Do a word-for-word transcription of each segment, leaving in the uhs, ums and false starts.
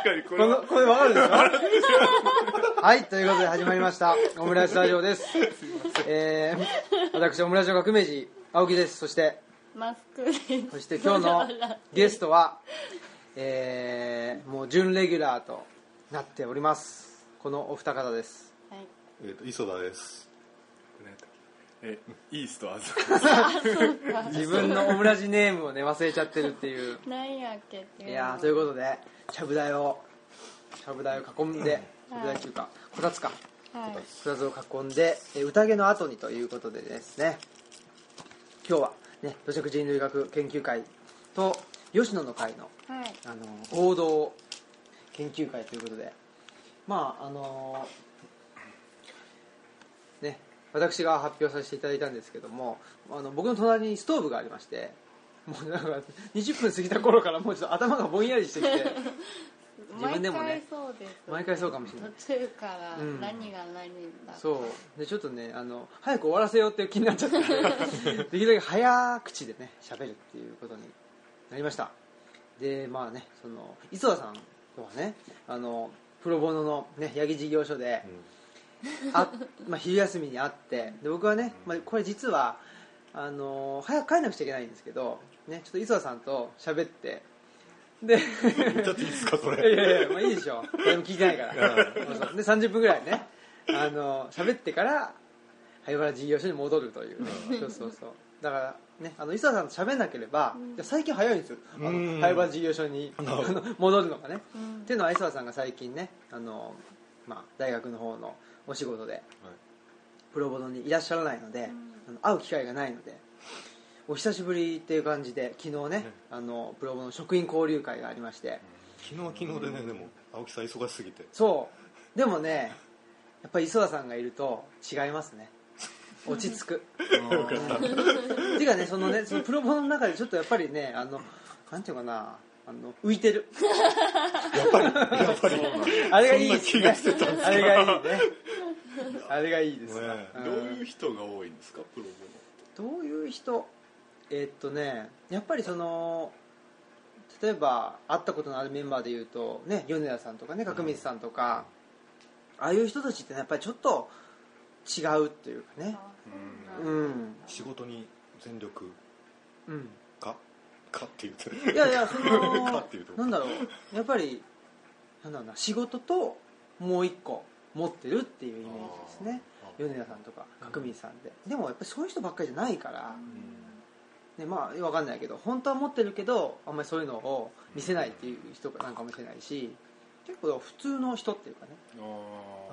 かにここのこれわかるでしょはい、ということで始まりましたオムライスラジオです。えー、私オムライス革命児青木です。そしてマスクです。 そして今日のゲストは、えー、もう準レギュラーとなっております。このお二方です。 はい、 えっ、ー、と磯田です。えイーストアズ自分のオムラジネームをね忘れちゃってるっていう何やっけっていう。 いやー、ということでちゃぶ台をちゃぶ台を囲んで、ちゃぶ台っていうかこたつか、 はい、 こたつを囲んで宴の後にということでですね、今日はね土着人類学研究会と吉野の会の、 はい、 あの合同研究会ということで、まああのね私が発表させていただいたんですけども、あの僕の隣にストーブがありまして、もうなんかにじゅっぷん過ぎた頃からもうちょっと頭がぼんやりしてきて自分でもね毎回そうです。 毎回そうかもしれない。 途中から何が何だ、うん、 そうでちょっとねあの早く終わらせようっていう気になっちゃってできるだけ早口でね喋るっていうことになりました。でまあねその磯田さんとはねあのプロボノのね八木事業所で、うんあまあ、昼休みに会ってで僕はね、まあ、これ実はあの早く帰らなくちゃいけないんですけど、ね、ちょっと磯田さんと喋ってで言っちゃっていいですかそれ。 いやいや、まあ、いいでしょ誰も聞いてないからそうでさんじゅっぷんぐらいねあの喋ってから灰原事業所に戻るというねそうそうそうだからねあの磯田さんと喋んなければ、うん、最近早いんですよ灰原事業所にあの戻るのがね、うん、っていうのは磯田さんが最近ねあの、まあ、大学の方のお仕事で、はい、プロボノにいらっしゃらないので、うん、会う機会がないのでお久しぶりっていう感じで昨日ね、ねあのプロボノ職員交流会がありまして、 昨日は昨日でね、うん、でも青木さん忙しすぎてそうでもねやっぱり磯田さんがいると違いますね落ち着くっていうかねそのねそのプロボノの中でちょっとやっぱりねあのなんていうかなあの浮いてるやっぱりやっぱりあれがいいですねあれがいいねあれがいいですね、 うん、どういう人が多いんですかプロボノ。 どういう人えー、っとねやっぱりその例えば会ったことのあるメンバーでいうとね米田さんとかね角光さんとか、うん、ああいう人たちって、ね、やっぱりちょっと違うっていうかね、うんうん、 仕事に全力か、うん、かって言うといやいやそのなんだろうやっぱりなんだろうな仕事ともう一個持ってるっていうイメージですね。米田さんとか角光さんで、うん、でもやっぱりそういう人ばっかりじゃないから、うんね、まあ分かんないけど本当は持ってるけどあんまりそういうのを見せないっていう人なんかもしれないし結構普通の人っていうかねあ、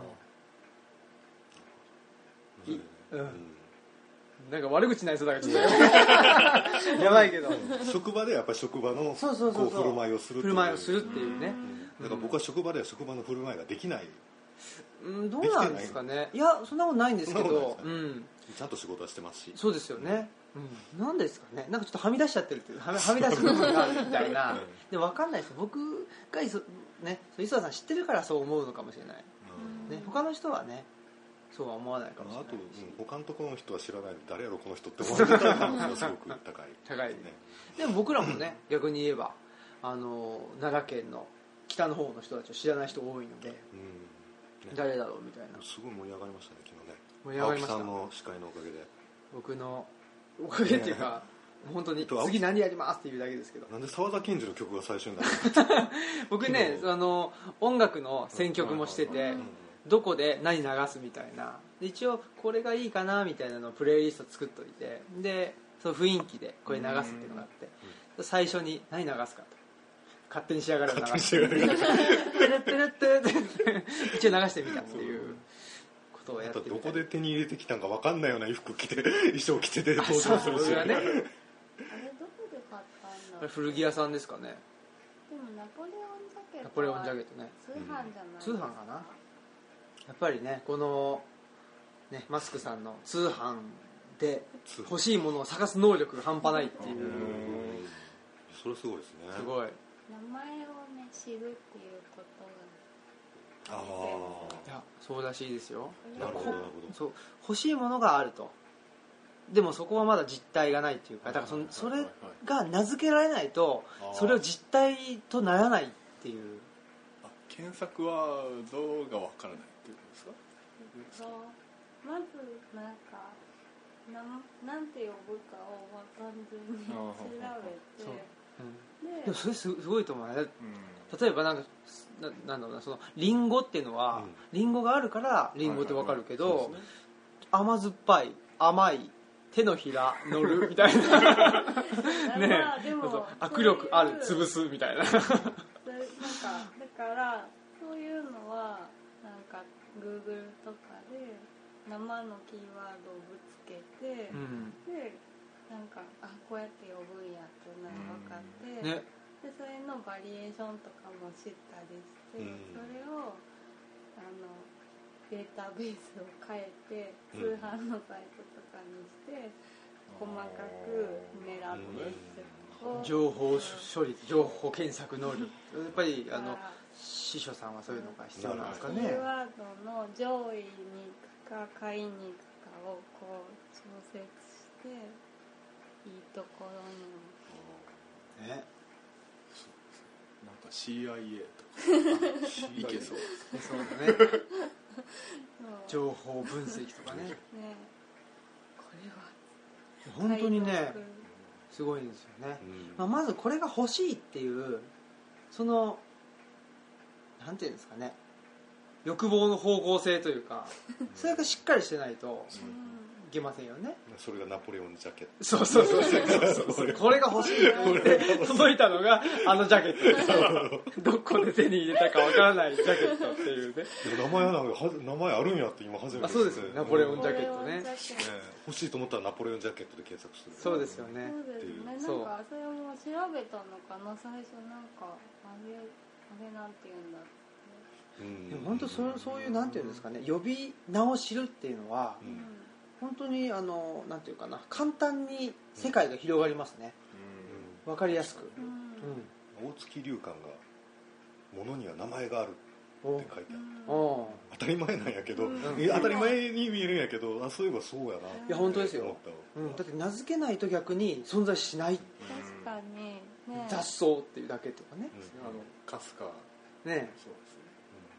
うんうん、なんか悪口になりそうだからちょっとやばいけど職場でやっぱり職場のこう振る舞いをするっていう振る舞いをするっていうね、 うん、だから僕は職場では職場の振る舞いができないうん、どうなんですかね。いやそんなことないんですけど、うん、 ちゃんと仕事はしてますし。 そうですよね、うん、なんですかねなんかちょっとはみ出しちゃってるっていうはみ出し部分があるみたいな、うん、で分かんないです僕が磯、ね、磯田さん知ってるからそう思うのかもしれない、うんね、他の人はねそうは思わないかもしれないし、あと、うん、 他のところの人は知らないで誰やろこの人って思われた可能性がすごく高い高いね。でも僕らもね逆に言えばあの奈良県の北の方の人たちを知らない人多いので、うんね、誰だろうみたいな。 すごい盛り上がりましたね昨日ね。 盛り上がりました。 青木さんの司会のおかげで。 僕のおかげっていうか、ね、本当に次何やりますっていうだけですけど。 なんで沢田研二の曲が最初になる僕ねあの音楽の選曲もしてて、うん、どこで何流すみたいな一応これがいいかなみたいなのをプレイリスト作っといてでその雰囲気でこれ流すっていうのがあって、うん、最初に何流すかと勝手に仕上がるを流してテレテレテレ一応流してみたっていうことをやってみた。 どこで手に入れてきたんか分かんないような衣服着て衣装着てで登場するし、ね、 あれどこで買ったんだろう。 古着屋さんですかね。 でもナポレオンジャケットナポレオンジャケットね通販じゃない、 うん、通販かな。やっぱりねこのねマスクさんの通販で欲しいものを探す能力が半端ないっていう。うんそれすごいですね。 すごい名前をね知るっていうことがああいやそうらしいですよ。 なるほどなるほど。 そう欲しいものがあるとでもそこはまだ実体がないっていうかだから そ, それが名付けられないとそれを実体とならないっていう。 あ検索はどうがわからないっていうことですか？ そうまずなんかなんなんて呼ぶかをわかんずに調べて、 うん、 ででもそれすごいと思うね。 うん例えばなんかななんだろうな、そのリンゴっていうのは、うん、リンゴがあるからリンゴってわかるけど、はいはいはいね、甘酸っぱい甘い手のひら乗るみたいなね、 まあ、でもそう握力ある潰すみたいななんかだからそういうのはなんか Google とかで生のキーワードをぶつけて、うん、でなんかあこうやって呼ぶんやっていうのが分かって、うんね、でそれのバリエーションとかも知ったりして、うん、それをあのデータベースを変えて通販のサイトとかにして細かく狙っていく、 情報処理情報検索能力やっぱりあの司書さんはそういうのが必要なんですかね。 キーワードの上位に行くか下位に行くかをこう調節していいところにね、 なんか シーアイエー とかいけそうですそうだね情報分析とかねねこれは本当にねすごいんですよね、うんまあ、まずこれが欲しいっていうそのなんていうんですかね欲望の方向性というかそれがしっかりしてないといけませんよね。 それがナポレオンジャケット。 そうそうそうそうそうこれが欲しいって言って届いたのがあのジャケットどこで手に入れたかわからないジャケットっていうね。 名前はなんか名前あるんやって今初めて。 あそうですよナポレオンジャケットね、ね欲しいと思ったらナポレオンジャケットで検索する。 そうですよね。 そうですね。なんかそれも調べたのかな最初なんかあれあれなんて言うんだって。 うん、でも本当そそういうなんていうんですかね呼び名を知るっていうのは、うん、本当にあのなんていうかな簡単に世界が広がりますね。うん、分かりやすく。 うんうん、大月龍館が物には名前があるって書いてある。当たり前なんやけど、うん、当たり前に見えるんやけどあそういえばそうやな。いや本当ですよ。うん、だって名付けないと逆に存在しない。 確かに、ね、 雑草っていうだけとかね。 うん、あのかすかね。 そうですね。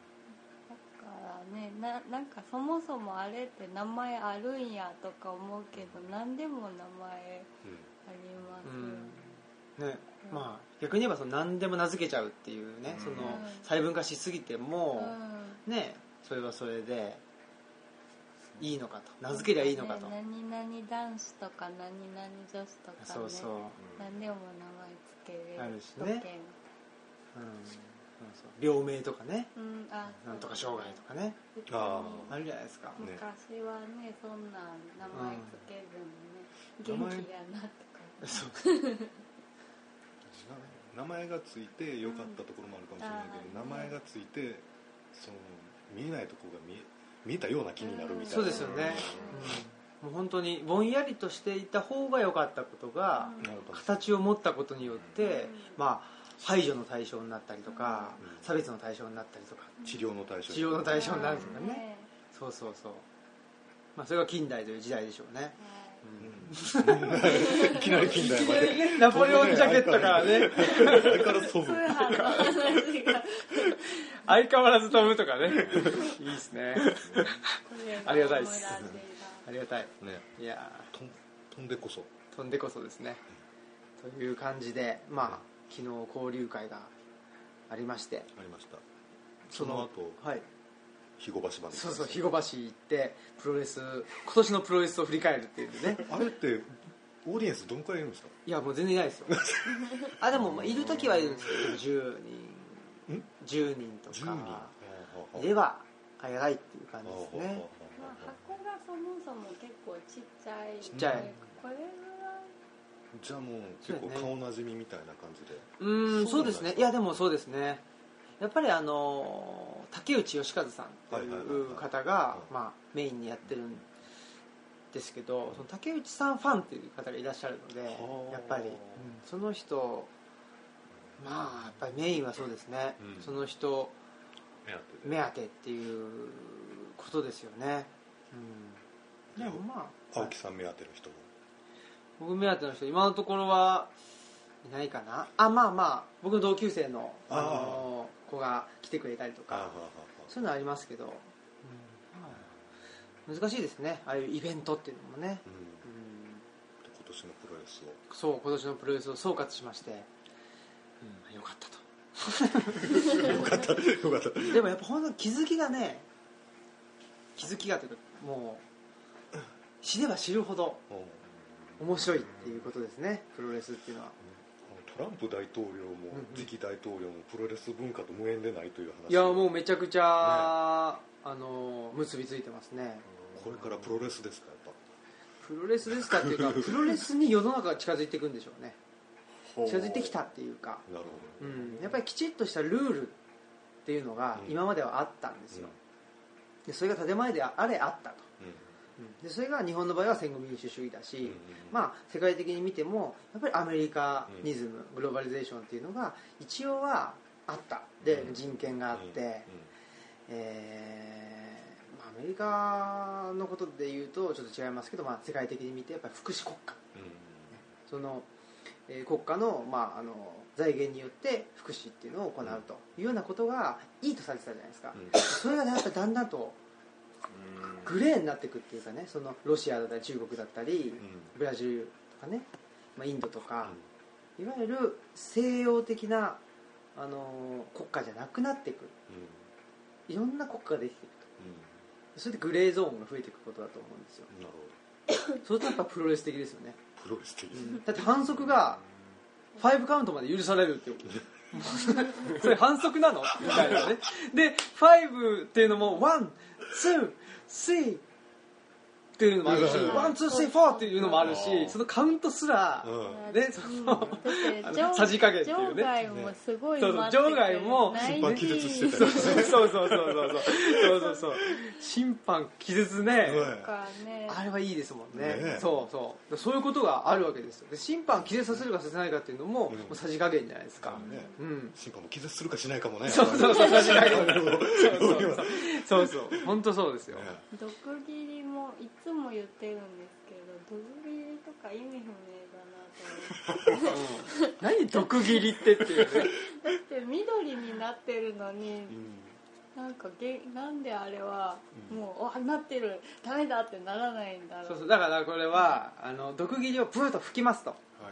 ね、な, なんかそもそもあれって名前あるんやとか思うけど何でも名前ありますよ、 うんねうん、まあ逆に言えばその何でも名付けちゃうっていうね、うん、その細分化しすぎても、うん、ねそれはそれでいいのかと名付けりゃいいのかと、 ね、何々男子とか何々女子とかねそうそう、うん、 何でも名前つけれるあるしね、うん病名とかね、うん、あなんとか障害とかねああるじゃないですか。 昔はねそんな名前つけずにね、うん、元気やなとかそう名前がついて良かったところもあるかもしれないけど、うん、名前がついてその見えないところが見え、見えたような気になるみたいな、うん、 そうですよね、うん、もう本当にぼんやりとしていた方が良かったことが、うん、形を持ったことによって、うん、まあ排除の対象になったりとか、うん、差別の対象になったりとか、 治療の対象治療の対象になるとかね、うん、そうそうそう、まあ、それが近代という時代でしょうね、 うん、いきなり近代までナポレオンジャケットからね相変わらず飛ぶ相変わらず飛ぶとかねいいですねありがたいですありがたい、ね、いや飛んでこそ飛んでこそですね、うん、という感じでまあ、うん昨日交流会がありましてありました。その後、 はい、 肥後橋までそうそう肥後橋行ってプロレス今年のプロレスを振り返るっていうねあれってオーディエンスどのくらいいるんですか？ いやもう全然いないですよあでもまあいる時はいるんですけどじゅうにんじゅうにんとかじゅうにんではあやらいっていう感じですね。 まあ、箱がそもそも結構ちっちゃいちっちゃいこれじゃあもう結構顔なじみみたいな感じでうーんそうですねいやでもそうですねやっぱりあの竹内義和さんという方がまあメインにやってるんですけどその竹内さんファンっていう方がいらっしゃるのでやっぱり、うん、その人まあやっぱりメインはそうですね、うん、その人目当てっていうことですよね、うん、でもまあ青木さん目当ての人も僕目当ての人今のところはいないかなあ。まあまあ僕の同級生の、あのー、子が来てくれたりとかそういうのはありますけど、うん、難しいですね、ああいうイベントっていうのもね、うんうん、 今年のプロレスをそう今年のプロレスを総括しまして、うん、よかったとよかったよかった。 でもやっぱ本当に気づきがね、気づきがというかもう知れば知るほど面白いっていうことですね、プロレスっていうのは。 トランプ大統領も次期大統領もプロレス文化と無縁でないという話。 いやもうめちゃくちゃ、ね、あの結びついてますね。 これからプロレスですか、やっぱプロレスですかっていうかプロレスに世の中が近づいていくんでしょうね。近づいてきたっていうか、 なるほど、 うん、やっぱりきちっとしたルールっていうのが今まではあったんですよ、うん、でそれが建前であれあったと、うんうん、でそれが日本の場合は戦後民主主義だし、うんうんうん、まあ、世界的に見てもやっぱりアメリカニズム、うん、グローバリゼーションっていうのが一応はあったで、うん、人権があって、うんうん、えーまあ、アメリカのことで言うとちょっと違いますけど、まあ、世界的に見てやっぱり福祉国家、うんうん、そのえー、国家の、まあ、あの財源によって福祉っていうのを行うというようなことがいいとされてたじゃないですか、うん、それが、ね、やっぱりだんだんとグレーになっていくっていうかね、そのロシアだったり中国だったり、うん、ブラジルとかね、まあ、インドとか、うん、いわゆる西洋的な、あのー、国家じゃなくなっていく、うん、いろんな国家ができていくと、うん、それでグレーゾーンが増えていくことだと思うんですよ。なるほど。そうするとやっぱプロレス的ですよね。 プロレス的、うん、 だって反則がファイブカウントまで許されるってそれ反則なのみたいなね。でファイブっていうのもワン、ツー、スリーっていうのもあるし、ワン、ツー、スリー、フォーっていうのもあるし、そのカウントすら、ね、そのさじ加減っていうね。 場外もすごい待ってくれる。場外も審判気絶してたり。そうそうそうそうそうそうそう。審判気絶ね。あれはいいですもんね。そうそう。そういうことがあるわけですよ。で審判気絶させるかさせないかっていうのもさじ加減じゃないですか。 審判も気絶するかしないかもね。 そうそうそう、さじ加減。そうそう。本当そうですよ。 毒斬りもいつも言ってるんですけど、毒斬りとか意味不明だなと思って。 何毒斬りってっていうね。 だって緑になってるのに、うん、なんかげなんであれはもう、うん、あなってるダメだってならないんだろう。 そうそう、だからこれはあの毒斬りをプーッと吹きますと。はいはい、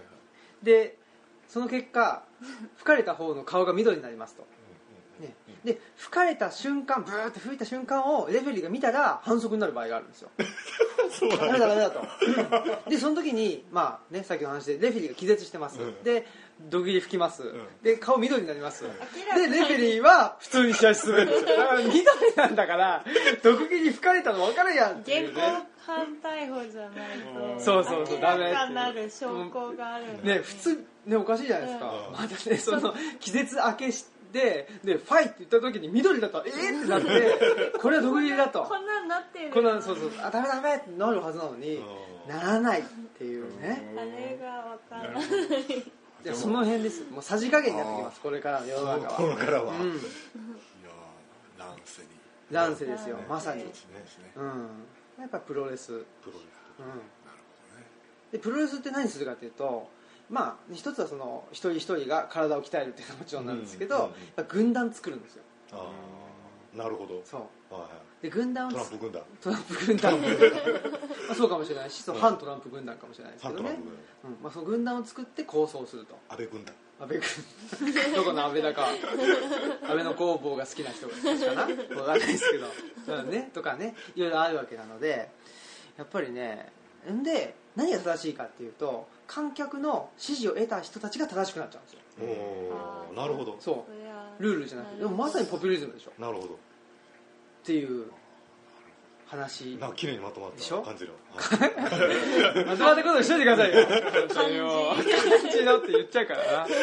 でその結果吹かれた方の顔が緑になりますと。ね、で吹かれた瞬間ブーって吹いた瞬間をレフェリーが見たら反則になる場合があるんですよ。そうダメだダメだと。でその時にまあね、さっきの話でレフェリーが気絶してます、うん、で毒斬り吹きます、うん、で顔緑になります、うん、でレフェリーは普通に試合進めるんですよ。だから緑なんだから毒斬り吹かれたの分かるやんっていう、ね、 現行犯逮捕じゃないとそうそうそうダメ明らかなる証拠があるのに、 ね、普通ねおかしいじゃないですか、うん、まだねその気絶明けしてで, でファイって言った時に緑だとえーってなってこれは毒斬りだとこんなんなってるこんなんそうそうあダメダメってなるはずなのにならないっていうね。 あれが分からない。 いやその辺ですもうさじ加減になってきます。これからの世の中はこれからは、うん、いや乱世に乱世ですよ、まさに、ねうん、やっぱプロレスプロレス、うん、なるほどね。でプロレスって何するかというとまあ、一つはその一人一人が体を鍛えるっていうのはもちろんなんですけど、うんうんうん、やっぱ軍団作るんですよ。 あなるほど。 そう、 はいはい、 で軍団をトランプ軍団トランプ軍団まあそうかもしれないし、その反トランプ軍団かもしれないですけどね、うんまあ、その軍団を作って構想すると。 安倍軍団安倍軍団どこの安倍だか安倍の工房が好きな人かな分かんないですけど、うんね、とかねいろいろあるわけなのでやっぱりねんで何が正しいかっていうと観客の支持を得た人たちが正しくなっちゃうんですよ。 おなるほど。 そうルールじゃなくてでもまさにポピュリズムでしょ。 なるほどっていう話なんか綺麗にまとまった感じのまとまったことにしといてくださいよ感じのって言っちゃうからな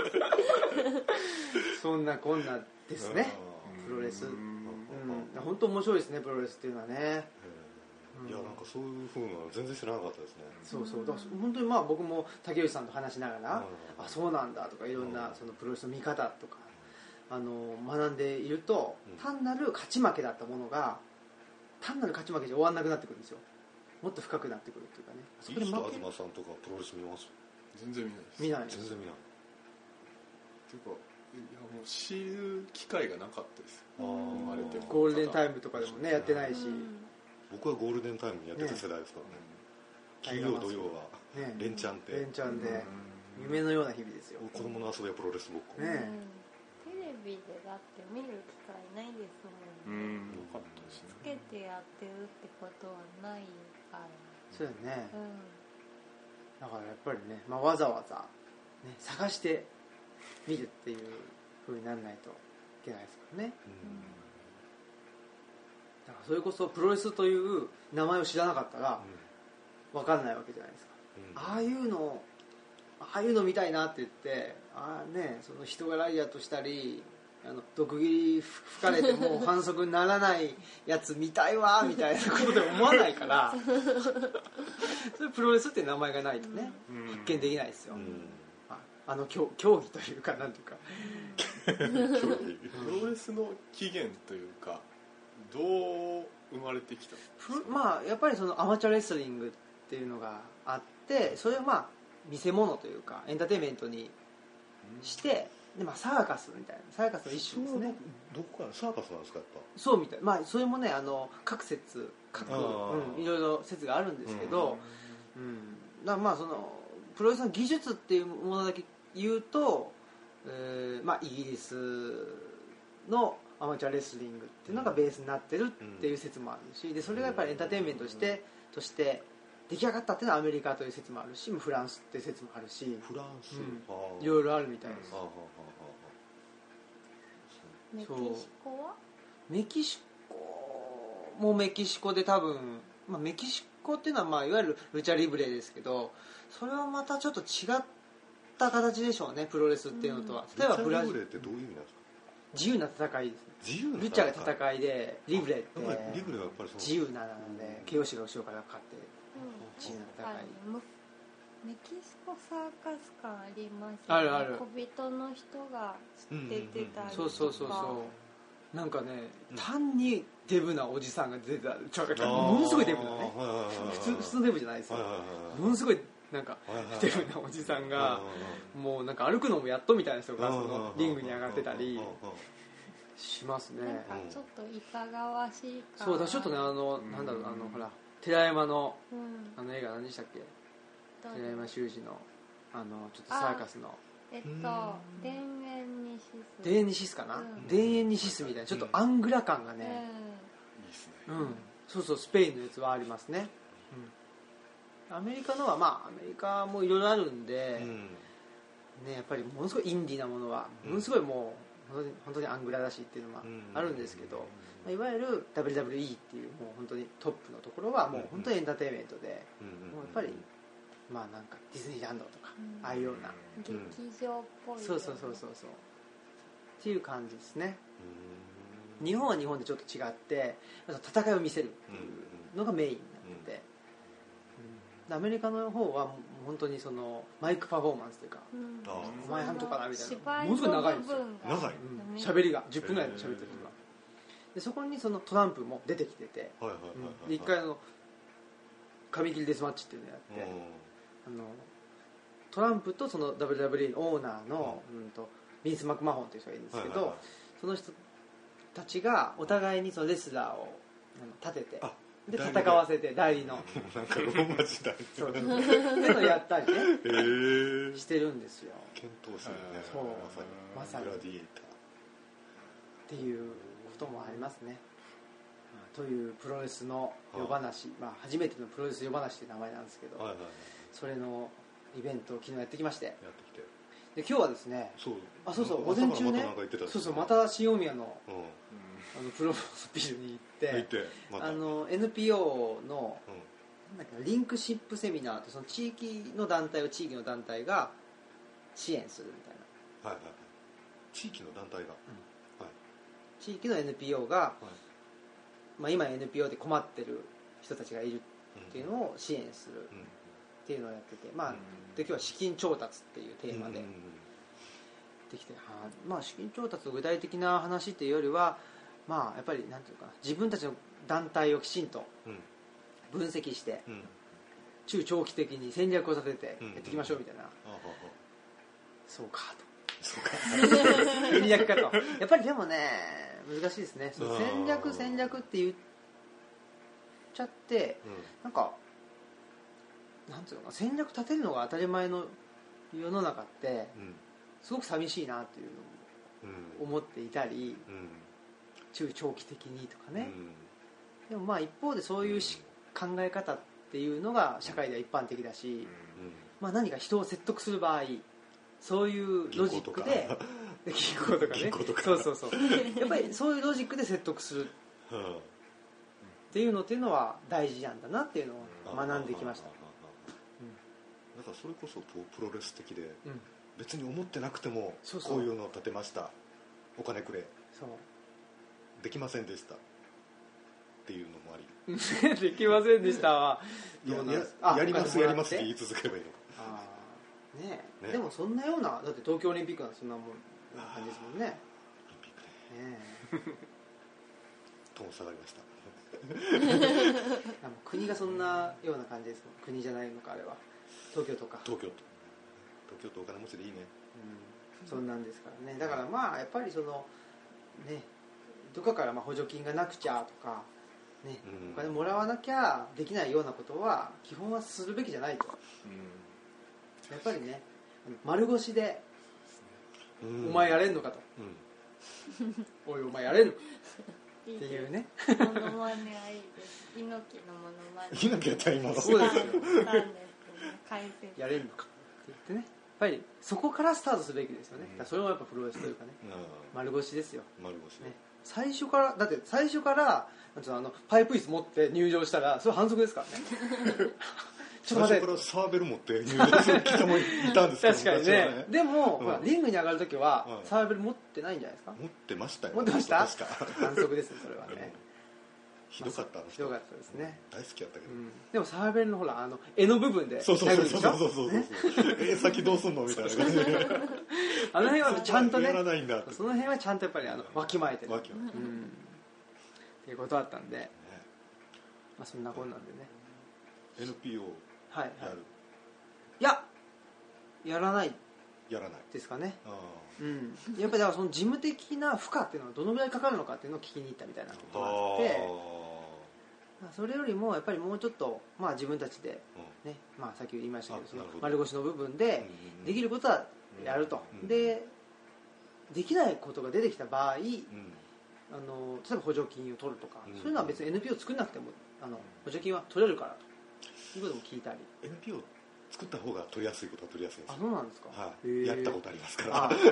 そんなこんなですねプロレス、うん、本当面白いですねプロレスっていうのはね。 いやなんかそういう風なの全然知らなかったですね。 そうそうだから本当にまあ僕も竹内さんと話しながら、うん、あそうなんだとかいろんなそのプロレスの見方とかあの学んでいると、うん、単なる勝ち負けだったものが単なる勝ち負けじゃ終わんなくなってくるんですよ。もっと深くなってくるっていうかね。 そこで東さんとかプロレス見ます？ 全然見ないです。 見ない全然見ないていうかいやもう知る機会がなかったですよ。生まれてもゴールデンタイムとかでもねやってないし、 僕はゴールデンタイムにやってた世代ですからね。金曜土曜は連チャンって連チャンで夢のような日々ですよ。 子供の遊びはプロレスごっこ、 ね、テレビでだって見る機会ないですもんね。 うん、なかったですね。 つけてやってるってことはないから。 そうだね、 うん、 だからやっぱりね、まあ、わざわざ、ね、探して見るっていう風にならないといけないですからね、うん、だからそれこそプロレスという名前を知らなかったら分かんないわけじゃないですか、うん、ああいうのああいうの見たいなって言ってああ、ね、その人がライアーとしたりあの毒斬り吹かれても反則にならないやつ見たいわみたいなことで思わないからそれプロレスって名前がないとね、うん、発見できないですよ、うん、あ, あの 競, 競技というかなんていうかプロレスの起源というかどう生まれてきたんですか？ まあやっぱりそのアマチュアレスリングっていうのがあってそれをまあ見せ物というかエンターテインメントにして、でまあ、サーカスみたいなサーカスの一種ですね。 どこからサーカスなんですかやっぱそうみたい、まあそれもねあの各説各、うん、いろいろ説があるんですけど、うんうん、だまあそのプロレスの技術っていうものだけ言うと、えーまあ、イギリスのアマチュアレスリングっていうのがベースになってるっていう説もあるし、でそれがやっぱりエンターテインメントとしてとして出来上がったっていうのはアメリカという説もあるしフランスっていう説もあるし、 フランス、 うん、いろいろあるみたいです。 メキシコはメキシコもメキシコで多分、まあ、メキシコっていうのは、まあ、いわゆるルチャリブレですけどそれはまたちょっと違った形でしょうねプロレスっていうのとは、うん、例えばブラジルルチャリブレってどういう意味なんですか？ 自由な戦いですね。 自由な戦い、 ルチャが戦いでリブレってリブレはやっぱりそう自由なので形容詞が後ろからかかって、うん、自由な戦い。 メキシコサーカス感ありますね。 あるある。 小人の人が出てたりとか、 そうそうそうそうなんかね、うん、単にデブなおじさんが出てたりものすごいデブだね普通普通のデブじゃないですよものすごいなんかデブなおじさんがもうなんか歩くのもやっとみたいな人がそのリングに上がってたりしますね。 なんかちょっといかがわしいかそうだちょっとねあのなんだろうあのほら寺山のあの映画何でしたっけ寺山修司のあのちょっとサーカスのえっと田園ニシス田園ニシスかな、うん、田園ニシスみたいなちょっとアングラ感がね、うん、うん、そうそうスペインのやつはありますね、うん、アメリカのはまあアメリカもいろいろあるんで、うん、ねやっぱりものすごいインディーなものはものすごいもう本当に本当にアングラだしっていうのはあるんですけど、まあ、いわゆる ダブリューダブリューイー っていうもう本当にトップのところはもう本当にエンターテインメントで、もうやっぱりまあなんかディズニーランドとか、うん、ああいうような劇場っぽい、ね、 そうそうそうそうそうっていう感じですね。日本は日本でちょっと違って戦いを見せるっていうのがメインになってて、うん、アメリカの方は本当にそのマイクパフォーマンスというか、うん、お前なんとかなみたいなものすごい長いんですよ長い喋、うん、りがじゅっぷんぐらいの喋ってる人がでそこにそのトランプも出てきてて一回あの紙切りデスマッチっていうのをやって、あのトランプとその ダブリューダブリューイー のオーナーの、うん、とビンス・マクマホンという人がいるんですけど、はいはいはい、その人たちがお互いにそのレスラーを立ててで戦わせて代理のなんかローマ時代そうそうそうっていうのをやったりね、えー、してるんですよ。 剣闘士ねそうまさにグラディエーターっていうこともありますね。というプロレスの夜話、まあ、初めてのプロレス夜話という名前なんですけど、はいはいはい、それのイベントを昨日やってきましてやってきてで今日はですねそうあそうそう午前中ねそうそうまた新大宮の、うん、あのプロレスビルに行って、ま、あの エヌピーオー の、うん、なんだっけリンクシップセミナーってその地域の団体を地域の団体が支援するみたいな、はいはいはい、 地域の団体が、うんはい、地域の エヌピーオー が、はいまあ、今 エヌピーオー で困ってる人たちがいるっていうのを支援するっていうのをやってて、まあ、で今日は資金調達っていうテーマでできて、まあ、資金調達の具体的な話っていうよりは、まあ、やっぱりなんていうか自分たちの団体をきちんと分析して、 中長期的に戦略を立ててやっていきましょうみたいな、うんうん、そうかとそうか戦略かとやっぱりでもね難しいですね。その戦略戦略って言っちゃって、うん、なんかなんていうのか戦略立てるのが当たり前の世の中って、うん、すごく寂しいなっていうのを思っていたり、うん、中長期的にとかね、うん、でもまあ一方でそういうし、うん、考え方っていうのが社会では一般的だし、うんまあ、何か人を説得する場合そういうロジックで銀行とかねそうそうそうやっぱりそういうロジックで説得するっていうのっていうのは大事なんだなっていうのを学んできました。 だからそれこそプロレス的で、うん、別に思ってなくてもこういうのを立てました、お金くれそうできませんでしたっていうのもありできませんでしたはや, や, やりますやりますって言い続ければいいのかあ、ねえね、でもそんなようなだって東京オリンピックなんてそんなもんな感じですもんね。オリンピックねとも下がりましたあの国がそんなような感じですもん。国じゃないのかあれは東京とか東京都東京都お金持ちでいいね、 うん、そんなんですからね。だからまあやっぱりそのねどこかからまあ補助金がなくちゃとかね、うん、お金もらわなきゃできないようなことは基本はするべきじゃないと、うん、やっぱりね丸腰で、うん、お前やれんのかと、うん、おいお前やれんのっていうねモノマネはいいです。猪木のモノマネ猪木やったら今のそうですよやれるのかって言ってねやっぱりそこからスタートすべきですよね、うん、それもやっぱプロレスというかね、うん、丸腰ですよ丸腰、ね、 最初からだって最初からなんていうのあのパイプ椅子持って入場したらそれ反則ですからねちょっと待って最初からサーベル持って入場する人もいたんですけど確かに ね, ねでも、うん、ほらリングに上がるときは、うん、サーベル持ってないんじゃないですか。 持ってましたよ。 持ってました確か反則ですよそれはねひどかったあのひどかったですね。 大好きやったけど、うん、 でもサーベルのほらあの柄の部分でそうそうそうそうそうそうそうえ先どうすんのみたいな感じであの辺はちゃんとねやらないんだってその辺はちゃんとやっぱりあのわきまえてるわきまえてる、 うん、っていうことだったんで、ねまあ、そんなこんなんでねエヌピーオーはいはい、 やるいややらないやらないですかね。あ、うん、やっぱりだからその事務的な負荷っていうのはどのぐらいかかるのかっていうのを聞きに行ったみたいなことがあってそれよりもやっぱりもうちょっと、まあ、自分たちで、ねまあ、さっき言いましたけどその丸腰の部分でできることはやると、うん、でできないことが出てきた場合、うん、あの例えば補助金を取るとか、うん、そういうのは別に エヌピーオー 作んなくてもあの補助金は取れるからということも聞いたりエヌピーオー 作った方が取りやすいことは取りやすいです。 あ、そうなんですか、 はい、やったことありますからはい、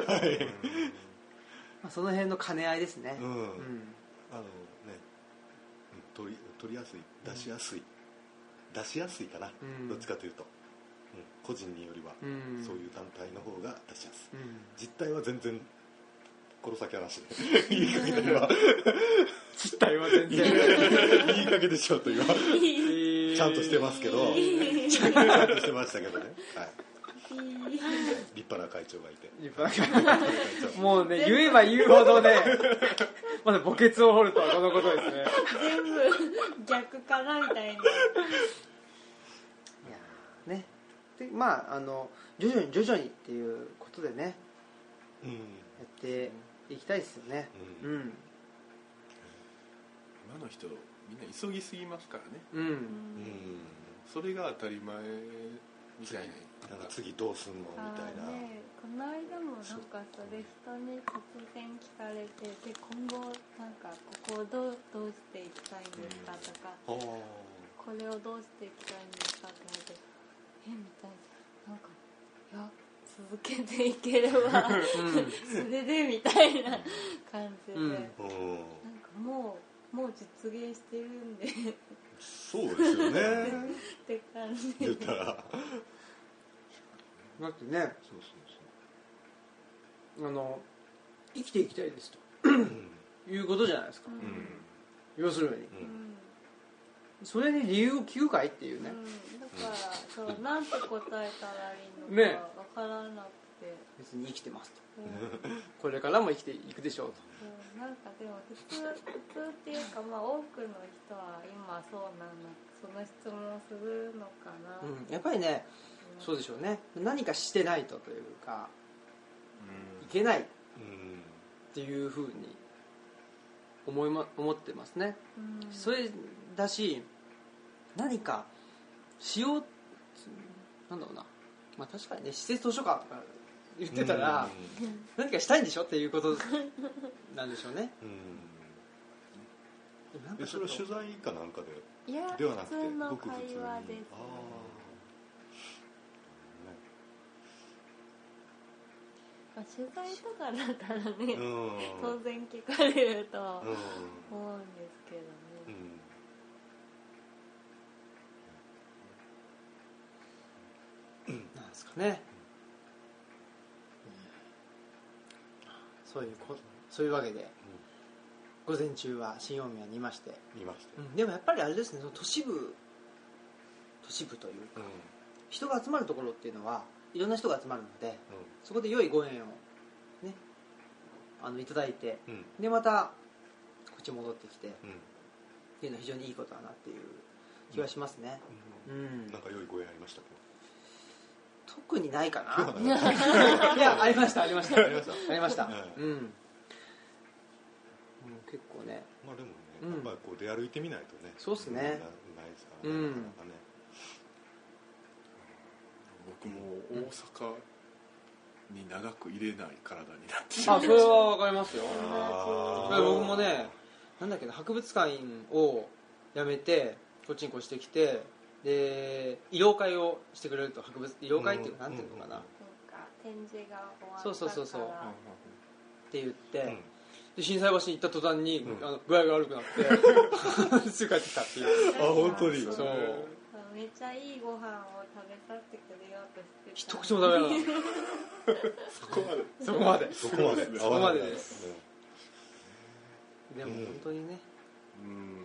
まあ、その辺の兼ね合いですね、うんうん、 あのね取り、取りやすい出しやすい、うん、出しやすいかな、うん、どっちかというと、うん、個人によりは、うん、そういう団体の方が出しやすい、うん、実態は全然この先話いい加減では実態は全然いい加減でしょというちゃんとしてますけどちゃんとしてましたけどね、はい、立派な会長がいて立派な会長もうね言えば言うほどねまだ墓穴を掘るとはこのことですね全部逆かなみたいないやねでまああの徐々に徐々にっていうことでね、うん、やっていきたいですよね、うん、うん、 今の人みんな急ぎすぎますからね、 うんうん、 それが当たり前みたいな、 なんか次どうすんのみたいな、 ね、この間もなんかそれ人に突然聞かれてで今後なんかここをどう、どうしていきたいんですかとか、うん、これをどうしていきたいんですかって言われてえみたいななんかいや続けていければ、うん、それでみたいな感じで、うん、なんかもうもう実現してるんでそうですよねって感じで言ったらだってねそうそうそうあの生きていきたいですと、うん、いうことじゃないですか、うん、要するに、うん、それに理由を聞くかいっていうね、 うん、だからそうなんて答えたらいいのかわからなくて別に生きてますと、うん、これからも生きていくでしょうと、 うん、なんかでも普通普通っていうか、まあ、多くの人は今そうなんだ、その質問するのかな、 うん、やっぱりね、うん、そうでしょうね、何かしてないとというか、うん、いけないっていうふうに思い、ま、思ってますね、うん、それだし何かしよう、なんだろうな、まあ、確かにね、施設図書館とか言ってたら、うん、何かしたいんでしょっていうことなんでしょうね、 うん、なんかそれは取材かなんかでいやではなくて普通の会話です、ね、まあ、取材とかだったらね、うん、当然聞かれると思うんですけどね、 うん、なんですかね、そういうこそういうわけで、うん、午前中は新大宮にいまして見まして、 うん、でもやっぱりあれですね、その都市部都市部というか、うん、人が集まるところっていうのはいろんな人が集まるので、うん、そこで良いご縁をねあのいただいて、うん、でまたこっち戻ってきて、うん、っていうのは非常にいいことだなっていう気はしますね、 うんうん、なんか良いご縁ありましたか？ 特にないかないや、ありましたありましたありましたありました、はい、うん、うん、結構ね、 まあでもね、うん、やっぱりこう出歩いてみないとね、 そうっすね、 ないですからね、うん、なかなかね。 僕も大阪に長く入れない体になってしまう。 あ、それはわかりますよ。僕もね、なんだっけな、博物館を辞めてこっちに越してきて、で慰労会をしてくれると、博物慰労会っていうか、なんていうのかな、 展示が終わったから、 そうそうそうそうって言って、うん、で心斎橋に行った途端に、うん、あの具合が悪くなってすぐ帰ってきたっていう。 あ、本当に。 そう。 めっちゃいいご飯を食べさせてくれようとしてた。 一口も食べなかった。 そこまで。 そこまで。 そこまで。 そこまでです。でも本当にね。うん。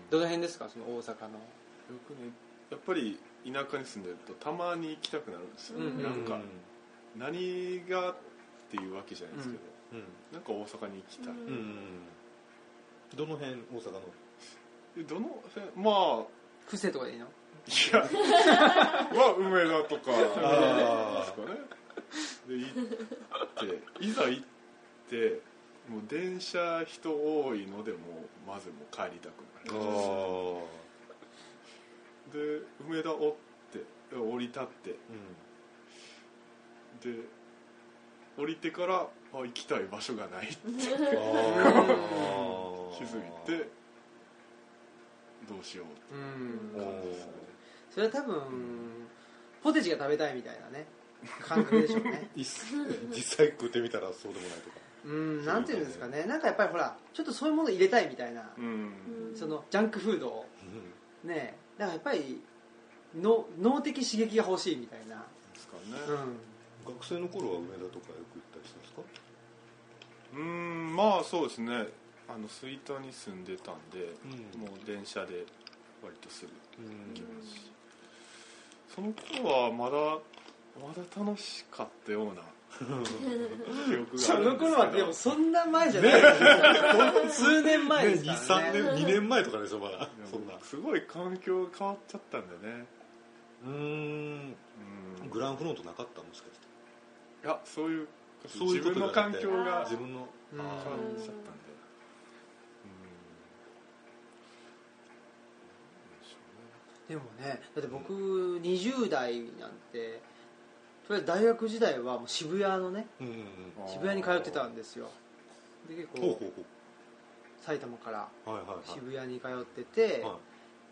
どの辺ですか、その大阪の。よくね、やっぱり田舎に住んでるとたまに行きたくなるんですよ。うん、なんか何がっていうわけじゃないですけど、うん、なんか大阪に行きたい。うん、 どの辺大阪の？ どの辺、まあ布施とかでいいの？ いや、まあ梅田とかですかね。で行っていざ行ってもう電車人多いのでもうまずもう帰りたくなる。あで梅田おって降り立って、うん、で降りてからあ行きたい場所がないって気づいてどうしようって感じですね。 それは多分、うん、ポテチが食べたいみたいなね感覚でしょうね。 実際食ってみたらそうでもないとか、 うん、なんていうんですかね、なんかやっぱりほらちょっとそういうもの入れたいみたいな、うん、そのジャンクフードを、うん、ね、だからやっぱりの脳的刺激が欲しいみたいなですかね、 うん、学生の頃は梅田とかよく行ったりしたんですか？ うーん、まあそうですね、あの吹田に住んでたんで、うん、もう電車で割とすぐ行きますし、その頃はまだまだ楽しかったような記憶があるんですけど、 その頃はでもそんな前じゃない数年前ですからね。 に、さんねん、にねんまえとかでしょまだ。 そんなすごい環境が変わっちゃったんでね。 うーん、グランフロントなかったんですか？ いや、そういうそういう自分の環境が自分の変わっちゃったんで、 でもね、だって僕にじゅう代なんてとりあえず大学時代はもう渋谷のね、うんうんうん、渋谷に通ってたんですよ。で結構ほうほうほう埼玉から渋谷に通ってて、はい、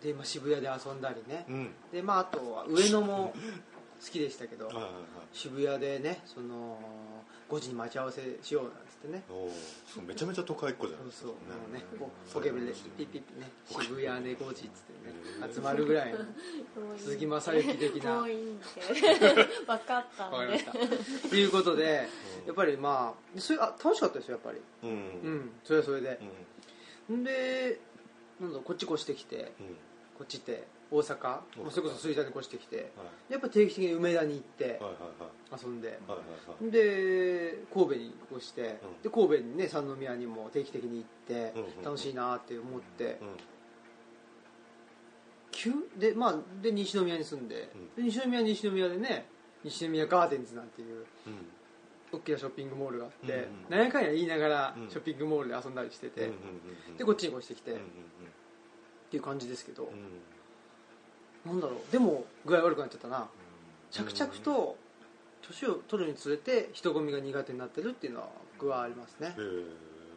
でまあ、渋谷で遊んだりね、うん、でまあ、あとは上野も好きでしたけどはいはい、はい、渋谷でねそのごじに待ち合わせしようなんつってね、 おそうめちゃめちゃ都会っ子じゃないですか。 そうそうね、こうポケベルでピッピッピね渋谷でごじっつってね集まるぐらいの鈴木雅之的な分かったんで分かりましたということでやっぱりまあそれあ楽しかったですよやっぱり、うん、うん、それはそれで、うん、でなんだこっち越してきて、うん、こっちって大阪、それこそ吹田に越してきて、はい、やっぱ定期的に梅田に行って、はいはいはい、 遊んで、 はいはいはい、 で神戸に越して、うん、で神戸にね三宮にも定期的に行って、うんうんうん、楽しいなって思って、うん、でまあで西宮に住んで、うん、で西宮西宮でね西宮ガーデンズなんていう、うん、大きなショッピングモールがあって、うんうん、何やかんや言いながらショッピングモールで遊んだりしてて、うんうんうん、でこっちに越してきて、うんうんうん、っていう感じですけど、うん、なんだろうでも具合悪くなっちゃったな、着々と年を取るにつれて人混みが苦手になってるっていうのは僕はありますね。へー。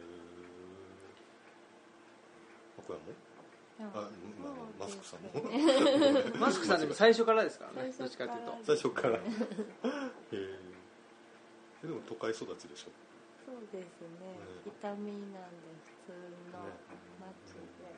これもあ、マスクさんもマスクさんでも最初からですからね、どっちかというと最初からへー。でも都会育ちでしょ。 そうですね、北見なんで普通の町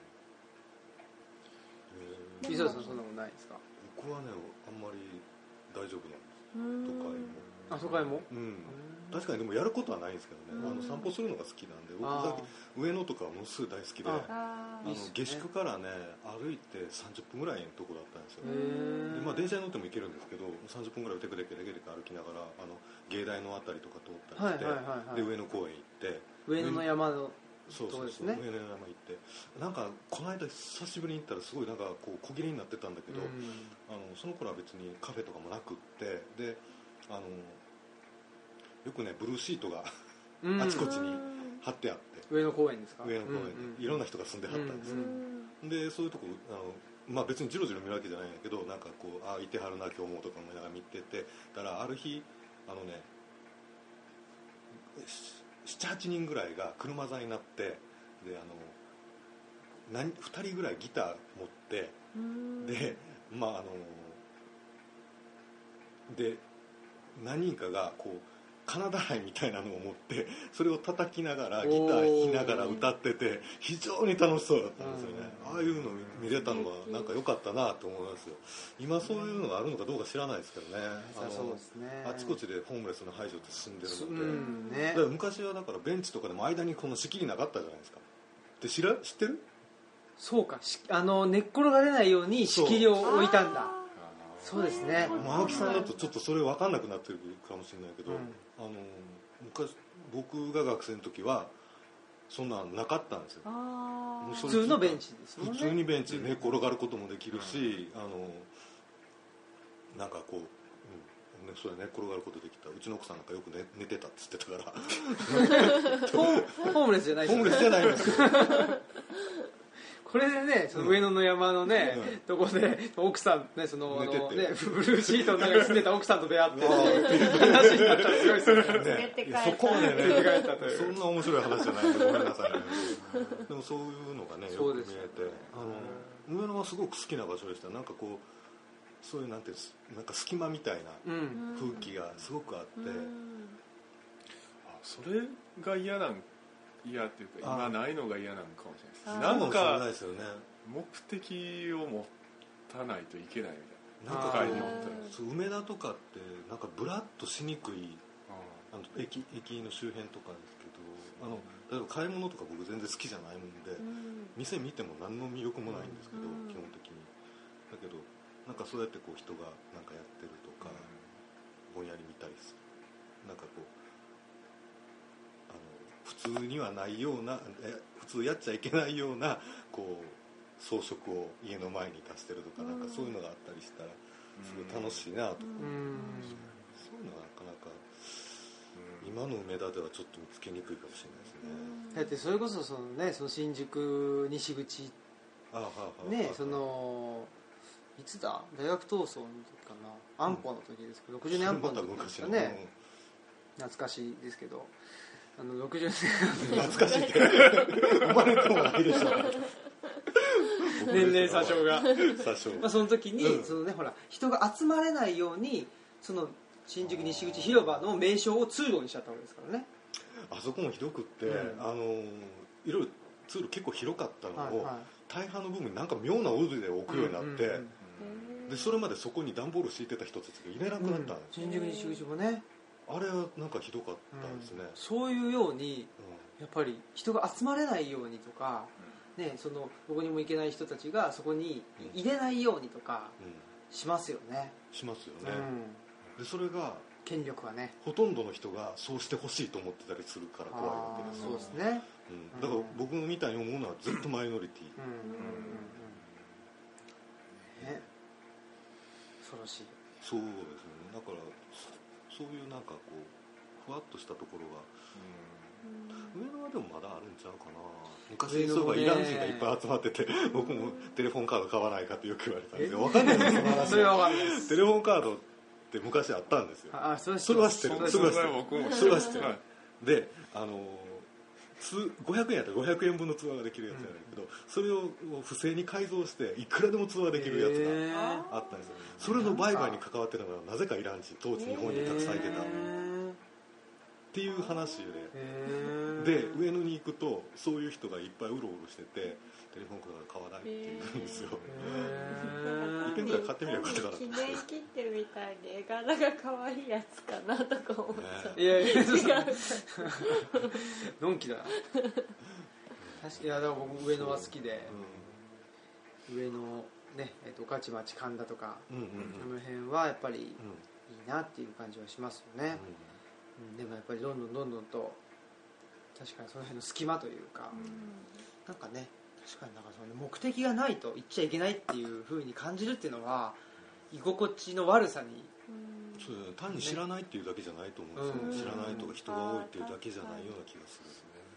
で。伊沢さんそんなことないですか？ 僕はね、あんまり大丈夫なんです。都会も。 あ、都会も？ うん。確かにでもやることはないんですけどね。あの散歩するのが好きなんで、僕だけ上野とかはものすごい大好きで、あの下宿からね歩いてさんじゅっぷんぐらいのとこだったんですよ。でまあ電車に乗っても行けるんですけど、さんじゅっぷんぐらいテクテクテクテク歩きながらあの芸大のあたりとか通ったりして、はいはいはいはい、で上野公園行って、 上野の山のそうそうそう、ね、上野の山行ってなんかこの間久しぶりに行ったらすごいなんかこう小切れになってたんだけど、うん、あのその頃は別にカフェとかもなくってであのよくねブルーシートがあちこちに貼ってあって、 上野公園ですか？ 上野公園で、うんうん、いろんな人が住んではったんですよ、うんうん、でそういうとこあのまあ別にジロジロ見るわけじゃないんだけどなんかこうあいてはるな今日もとか思いながら見ててだからある日あのねななはちにんぐらいが車座になってであの何ふたりぐらいギター持ってでまああので何人かがこう金だらいみたいなのを持ってそれを叩きながらギター弾きながら歌ってて非常に楽しそうだったんですよね。ああいうの見れたのがなんか良かったなと思いますよ。今そういうのがあるのかどうか知らないですけどね。あのそうですね、あちこちでホームレスの排除って進んでるので、うんね、だから昔はだからベンチとかでも間にこの仕切りなかったじゃないですか。で知ら知ってる？ そうか、あの寝っ転がれないように仕切りを置いたんだ。そうですね。 青木さんだとちょっとそれ分かんなくなってるかもしれないけど、うん、あの昔僕が学生の時はそんななかったんですよ。 あ普通のベンチですもんね。 普通にベンチで寝転がることもできるし、うん、あのなんかこう、うんね、それ寝転がることできた。うちの奥さんなんかよく 寝, 寝てたっつってたからホームレスじゃないですよ。ホームレスじゃないんですよこれでね、その上野の山のね、うん、とこで奥さんね、その、あのね、ブルーシートの中に住んでた奥さんと出会って話になったらすごいですよね。 そこまでね、そんな面白い話じゃないんでごめんなさい、ね、でもそういうのがね、よく見えて、あの上野はすごく好きな場所でした。なんかこう、そういうなんていうんです、なんか隙間みたいな空気がすごくあって、うんうん、 あ、それが嫌なん嫌っていうか今ないのが嫌なのかもしれないです。なんか目的を持たないといけないみたいな。なんかにおったらそう梅田とかってなんかブラッとしにくいあの 駅, 駅の周辺とかですけどあの例えば買い物とか僕全然好きじゃないもんで、うん、店見ても何の魅力もないんですけど、うん、基本的にだけどなんかそうやってこう人がなんかやってるとか、うん、ぼんやり見たりするなんかこう普通にはないようなえ普通やっちゃいけないようなこう装飾を家の前に出してるとか、うん、なんかそういうのがあったりしたらすごい楽しいなとか、うん、そういうのはなかなか、うん、今の梅田ではちょっと見つけにくいかもしれないですね。 だってそれこそそのねその新宿西口あははねそのいつだ大学闘争の時かな安保の時ですけど、うん、ろくじゅうねん安保の時ですかね、うん、懐かしいですけどあのろくじゅうねん懐かしいって生まれてもないでしょ年齢詐称が詐称、 まあ、その時に、うんそのね、ほら人が集まれないようにその新宿西口広場の名称を通路にしちゃったわけですからね。 あそこもひどくって、うん、あのいろいろ通路結構広かったのを、はいはい、大半の部分になんか妙なオブジェを置くようになって、うんうんうん、でそれまでそこに段ボール敷いてた人たちがいれなくなったんですよ、 うん、新宿西口もねあれはなんかひどかったですね、うん、 そういうように、うん、やっぱり人が集まれないようにとか、うんね、そのどこにも行けない人たちがそこに入れないようにとかしますよね、 うん、しますよね、うん、でそれが権力はねほとんどの人がそうしてほしいと思ってたりするから怖いわけですよ。 そうですね、 うん、だから僕みたいに思うのはずっとマイノリティ、 うんうんうんうんね、恐ろしい。 そうですね。だからそういうなんかこうふわっとしたところが、うん、上野はでもまだあるんちゃうかな。昔そういえばイラン人がいっぱい集まってて僕もテレフォンカード買わないかってよく言われたんですよ。分かんないですその話それは分かんないです。 テレフォンカードって昔あったんですよ。 ああ、それそれは知ってる。それは知ってる。 僕もそれは知ってる。で、あのごひゃくえんやったらごひゃくえんぶんの通話ができるやつじゃないけど、うん、それを不正に改造していくらでも通話できるやつがあったんですよ。それの売買に関わってたのはなぜかイラン人、当時日本にたくさんいてたっていう話で、で上野に行くとそういう人がいっぱいうろうろしててテレフォンカード買わないって言うんですよ。いっぺんぐらい買ってみればよかったかな。 記念切ってるみたいで絵柄が可愛いやつかなとか思っちゃう、 ね、いやいや違うのんきだな。確かに。いやだから僕上野は好きで、うん、上野ね、えー、と御徒町神田とか、うんうんうん、この辺はやっぱりいいなっていう感じはしますよね、うんうん、でもやっぱりどんどんどんどんと確かにその辺の隙間というか、うん、なんかね確かになんかその目的がないと言っちゃいけないっていう風に感じるっていうのは居心地の悪さに、 うん、そうですね、単に知らないっていうだけじゃないと思うんですよ、ね、うん、知らないとか人が多いっていうだけじゃないような気がする、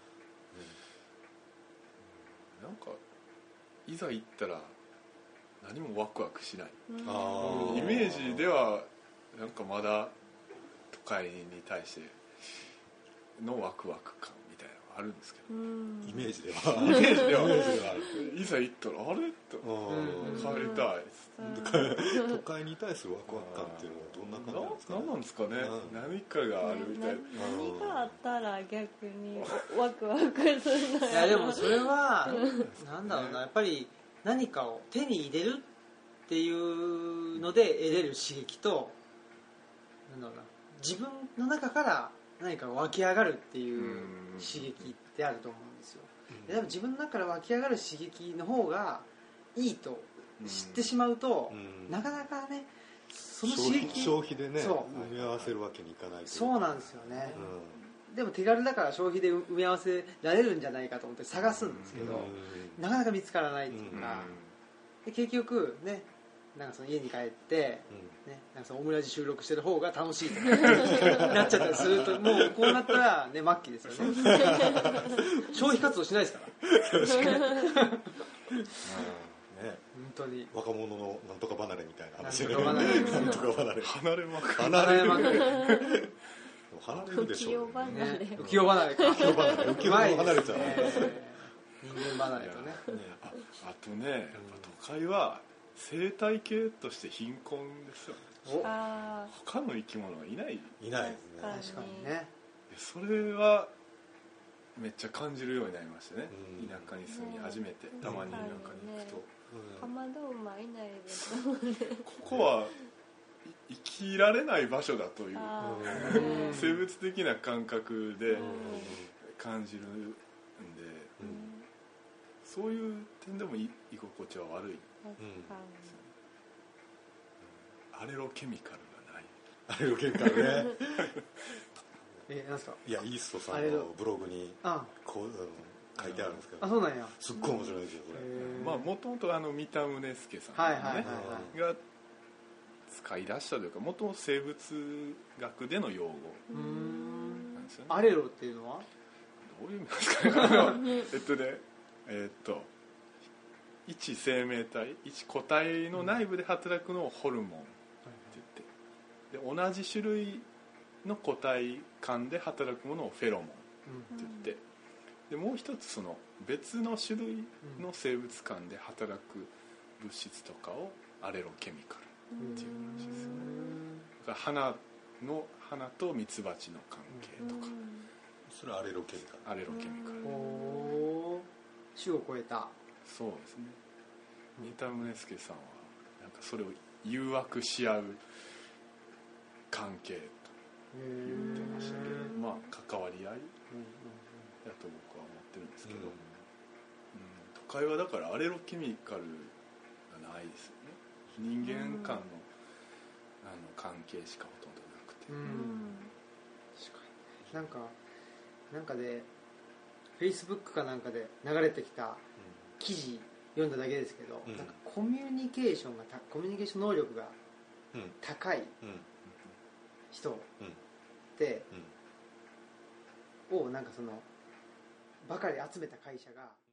うん、なんかいざ行ったら何もワクワクしない、うん、 あイメージではなんかまだ都会に対してのワクワク感みたいなのがあるんですけど、 うん、イメージではイメージではいざ行ったらあれと帰りたい、 うん、都会に対するワクワク感っていうのはどんな感じなんですかね。 何なんですかね、何かがあるみたいな、 何があったら逆にワクワクするの。 いやでもそれはなんだろうな、やっぱり何かを手に入れるっていうので得れる刺激と、なんだろうな、自分の中から何か湧き上がるっていう刺激ってあると思うんですよ。でも自分の中から湧き上がる刺激の方がいいと知ってしまうと、なかなかねその刺激消費でね埋め合わせるわけにいかないという。 そうなんですよね、うん、でも手軽だから消費で埋め合わせられるんじゃないかと思って探すんですけど、なかなか見つからないっていうか、で結局ね、なんかその家に帰って、うんね、なんかそのオムラジ収録してる方が楽しいとかなっちゃったりすると、もうこうなったら、ね、末期ですよね消費活動しないですから確かにね、 本当に若者のなんとか離れみたいな話で、 なんとか離れ離れまくる離れまくる離れるでしょう、 浮世離れ、 ね、浮世離れか浮世離れ浮世離れちゃう、 人間離れとね。 あ, あとね、やっぱ都会は生態系として貧困ですよね。 あ他の生き物はいないいないですね。 確かにね。 それはめっちゃ感じるようになりましたね、うん、田舎に住み始めて、ね、たまに田舎に行くと、 かまど馬いないですここは生きられない場所だという生物的な感覚で感じるんで、うん、そういう点でも居心地は悪い、うん、アレロケミカルがない。 アレロケミカルねえ、なんすか。 いや、イーストさんのブログにこう、うん、書いてあるんですけど、 あ、そうなんや、 すっごい面白いですよこれ。 まあもともとあの三田宗介さん、ね、はいはいはいはい、が使い出したというか、もともと生物学での用語なんですよね。 アレロっていうのはどういう意味ですかねえっとねえっと一生命体、一個体の内部で働くのをホルモンって言って、で同じ種類の個体間で働くものをフェロモンって言って、でもう一つその別の種類の生物間で働く物質とかをアレロケミカルっていうらしいですよね。だから花の花とミツバチの関係とか、 それはアレロケミカル。 アレロケミカル。 おー、種を超えた。 そうですね。三田宗介さんはなんかそれを誘惑し合う関係と言ってましたけど、まあ関わり合いだと僕は思ってるんですけど、うんうん、都会はだからアレロケミカルがないですよね。人間間の、あの関係しかほとんどなくて、うん、 確かになんかなんかで Facebook かなんかで流れてきた記事読んだだけですけど、うん、なんかコミュニケーションがコミュニケーション能力が高い人って、うんうん、をなんかそのばかり集めた会社が